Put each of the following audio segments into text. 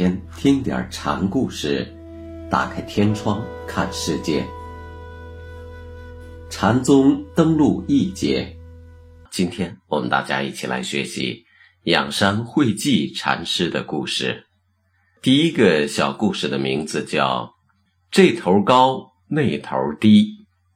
天听点禅故事，打开天窗看世界。禅宗登陆一节，今天我们大家一起来学习仰山慧寂禅师的故事。第一个小故事的名字叫这头高那头低。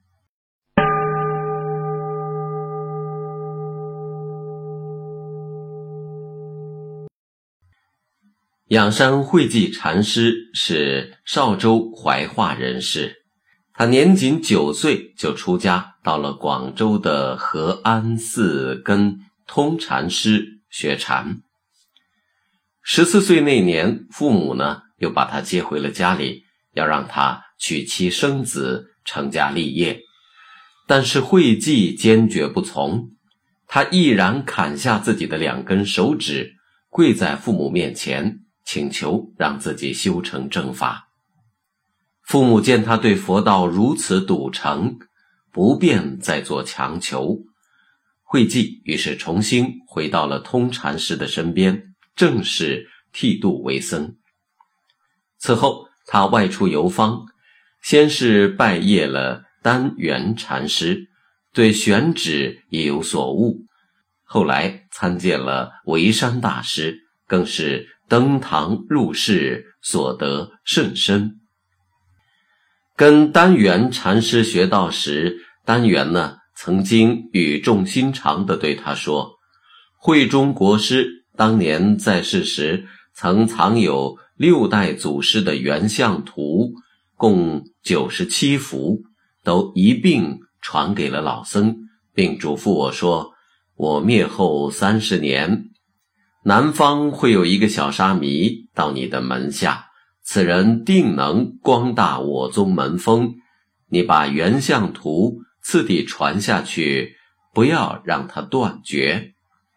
仰山慧寂禅师是邵州怀化人士，他年仅9岁就出家，到了广州的和安寺跟通禅师学禅。14岁那年，父母呢又把他接回了家里，要让他娶妻生子，成家立业。但是慧寂坚决不从，他毅然砍下自己的2根手指，跪在父母面前，请求让自己修成正法。父母见他对佛道如此笃诚，不便再做强求，慧寂于是重新回到了通禅师的身边，正式剃度为僧。此后他外出游方，先是拜谒了丹元禅师，对选址也有所悟，后来参见了维山大师，更是登堂入室，所得甚深。跟丹元禅师学道时，丹元呢曾经语重心长地对他说，慧中国师当年在世时曾藏有6代祖师的原像图，共97幅，都一并传给了老僧，并嘱咐我说，我灭后30年，南方会有一个小沙弥到你的门下，此人定能光大我宗门风，你把原像图次第传下去，不要让它断绝。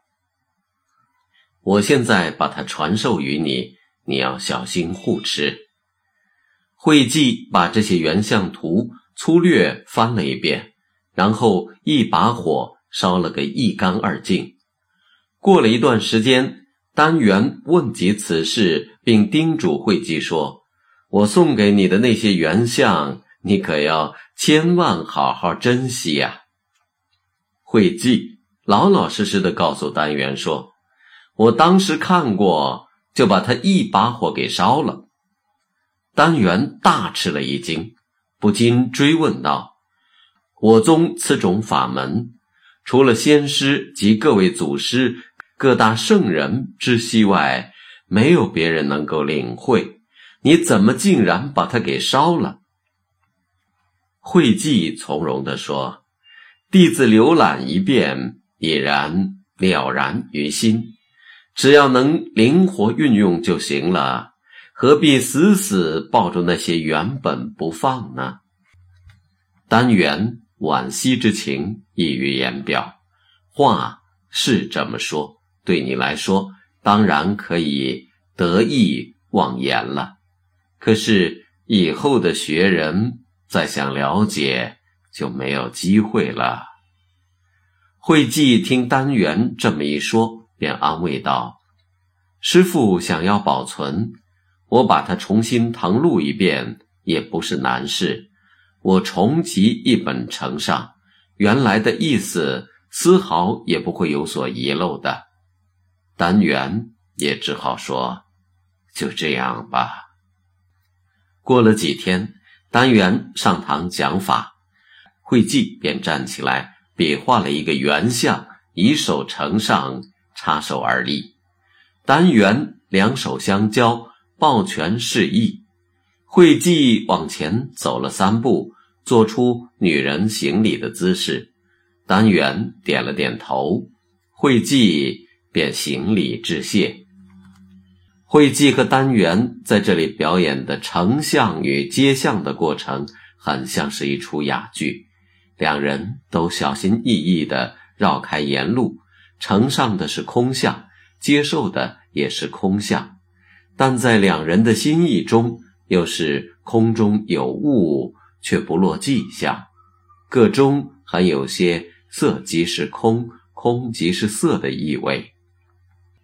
我现在把它传授于你，你要小心护持。慧寂把这些原像图粗略翻了一遍，然后一把火烧了个一干二净。过了一段时间，丹元问及此事，并叮嘱慧寂说，我送给你的那些原像，你可要千万好好珍惜呀。慧寂老老实实地告诉丹元说，我当时看过，就把它一把火给烧了。丹元大吃了一惊，不禁追问道，我宗此种法门，除了先师及各位祖师各大圣人之息外，没有别人能够领会，你怎么竟然把它给烧了？慧寂从容地说，弟子浏览一遍，已然了然于心，只要能灵活运用就行了，何必死死抱住那些原本不放呢？丹元惋惜之情溢于言表，话是这么说，对你来说当然可以得意忘言了，可是以后的学人再想了解就没有机会了。慧寂听丹元这么一说，便安慰道，师父想要保存，我把它重新誊录一遍也不是难事，我重集一本呈上，原来的意思丝毫也不会有所遗漏的。丹元也只好说，就这样吧。过了几天，丹元上堂讲法，慧寂便站起来比划了一个圆像，以手呈上，插手而立。丹元2手相交，抱拳示意。慧寂往前走了3步，做出女人行礼的姿势。丹元点了点头，慧寂便行礼致谢。慧寂和丹元在这里表演的成像与接像的过程，很像是一出哑剧，两人都小心翼翼地绕开沿路，呈上的是空相，接受的也是空相，但在两人的心意中，又是空中有物，却不落迹象，个中还有些色即是空，空即是色的意味。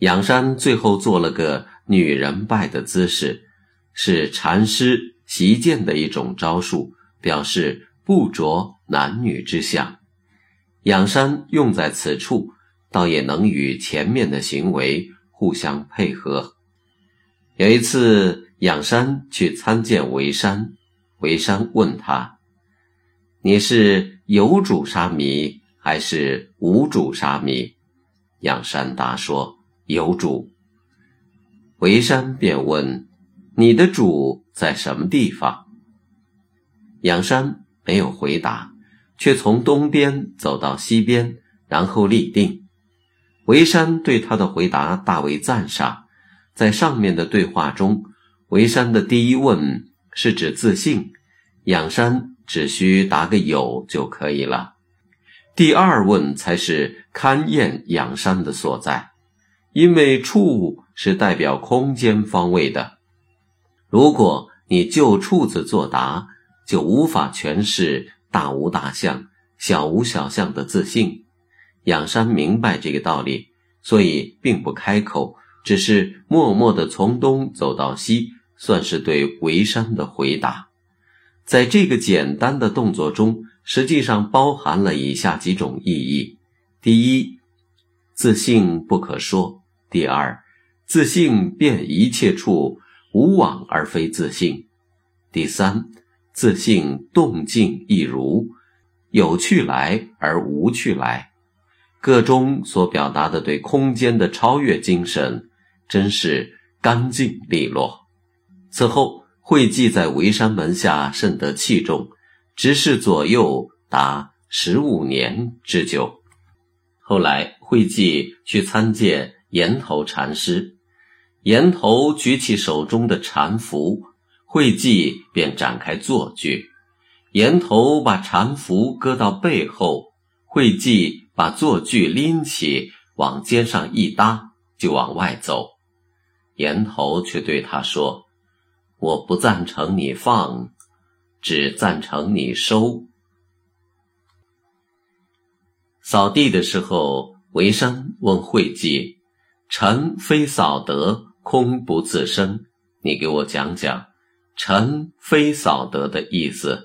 仰山最后做了个女人拜的姿势，是禅师习剑的一种招数，表示不着男女之相。仰山用在此处，倒也能与前面的行为互相配合。有一次，仰山去参见维山，维山问他：你是有主沙弥还是无主沙弥？仰山答说：有主。维山便问：你的主在什么地方？仰山没有回答，却从东边走到西边，然后立定。维山对他的回答大为赞赏。在上面的对话中，维山的第一问是指自性，仰山只需答个有就可以了。第二问才是勘验仰山的所在，因为处是代表空间方位的。如果你就处字作答，就无法诠释大无大相、小无小相的自性。仰山明白这个道理，所以并不开口，只是默默地从东走到西，算是对维山的回答。在这个简单的动作中，实际上包含了以下几种意义：第一，自性不可说；第二，自性遍一切处，无往而非自性；第三，自性动静亦如，有去来而无去来。个中所表达的对空间的超越精神，真是干净利落。此后，慧济在维山门下甚得器重，执事左右达15年之久。后来慧济去参见岩头禅师，岩头举起手中的禅符，慧济便展开坐具。岩头把禅符搁到背后，慧济把坐具拎起，往肩上一搭，就往外走。岩头却对他说：我不赞成你放，只赞成你收。扫地的时候，维山问慧济：尘非扫得，空不自生，你给我讲讲尘非扫得的意思。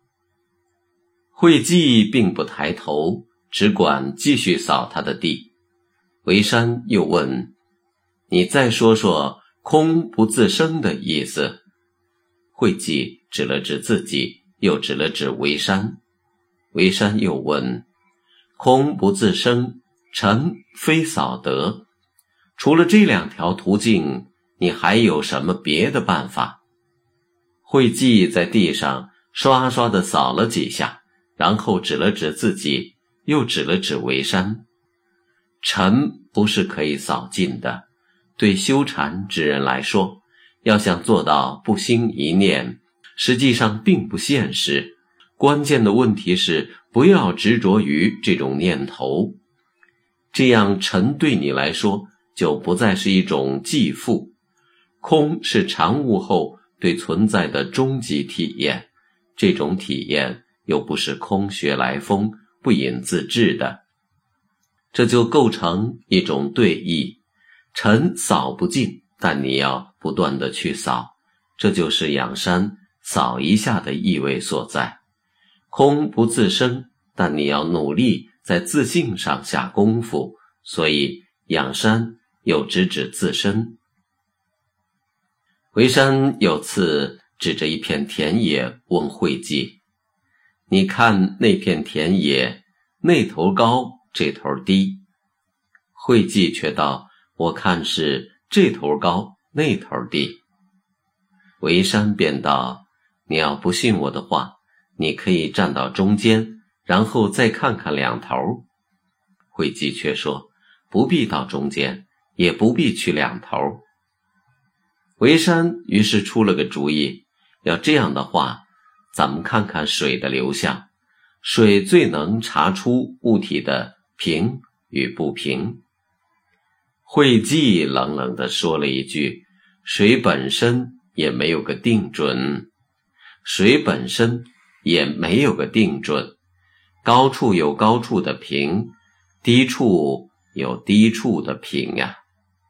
慧济并不抬头，只管继续扫他的地。维山又问：你再说说空不自生的意思。慧济指了指自己，又指了指维山。维山又问：空不自生，尘非扫得，除了这两条途径，你还有什么别的办法？慧济在地上刷刷地扫了几下，然后指了指自己，又指了指维山。尘不是可以扫尽的，对修禅之人来说，要想做到不兴一念，实际上并不现实。关键的问题是不要执着于这种念头，这样尘对你来说就不再是一种继父。空是禅悟后对存在的终极体验，这种体验又不是空穴来风、不引自致的，这就构成一种对义。尘扫不尽，但你要不断地去扫，这就是仰山扫一下的意味所在。空不自生，但你要努力在自性上下功夫，所以仰山又直指自身。维山有次指着一片田野问慧济：你看那片田野，那头高，这头低。慧济却道：我看是这头高，那头低。维山便道：你要不信我的话，你可以站到中间，然后再看看两头。慧济却说：不必到中间，也不必去两头。维山于是出了个主意，要这样的话，咱们看看水的流向，水最能查出物体的平与不平。慧济冷冷地说了一句：水本身也没有个定准，水本身也没有个定准，高处有高处的平，低处有低处的平呀。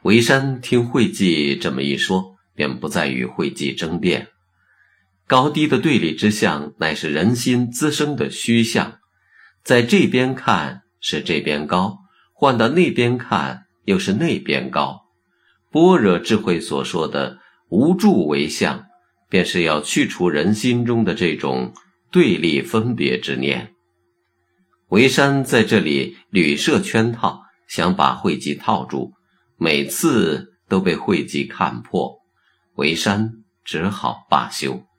维山听慧济这么一说，便不再与慧济争辩。高低的对立之象，乃是人心滋生的虚象，在这边看是这边高，换到那边看又是那边高。般若智慧所说的无住为相，便是要去除人心中的这种对立分别之念。维山在这里屡设圈套，想把慧济套住，每次都被慧济看破，维山只好罢休。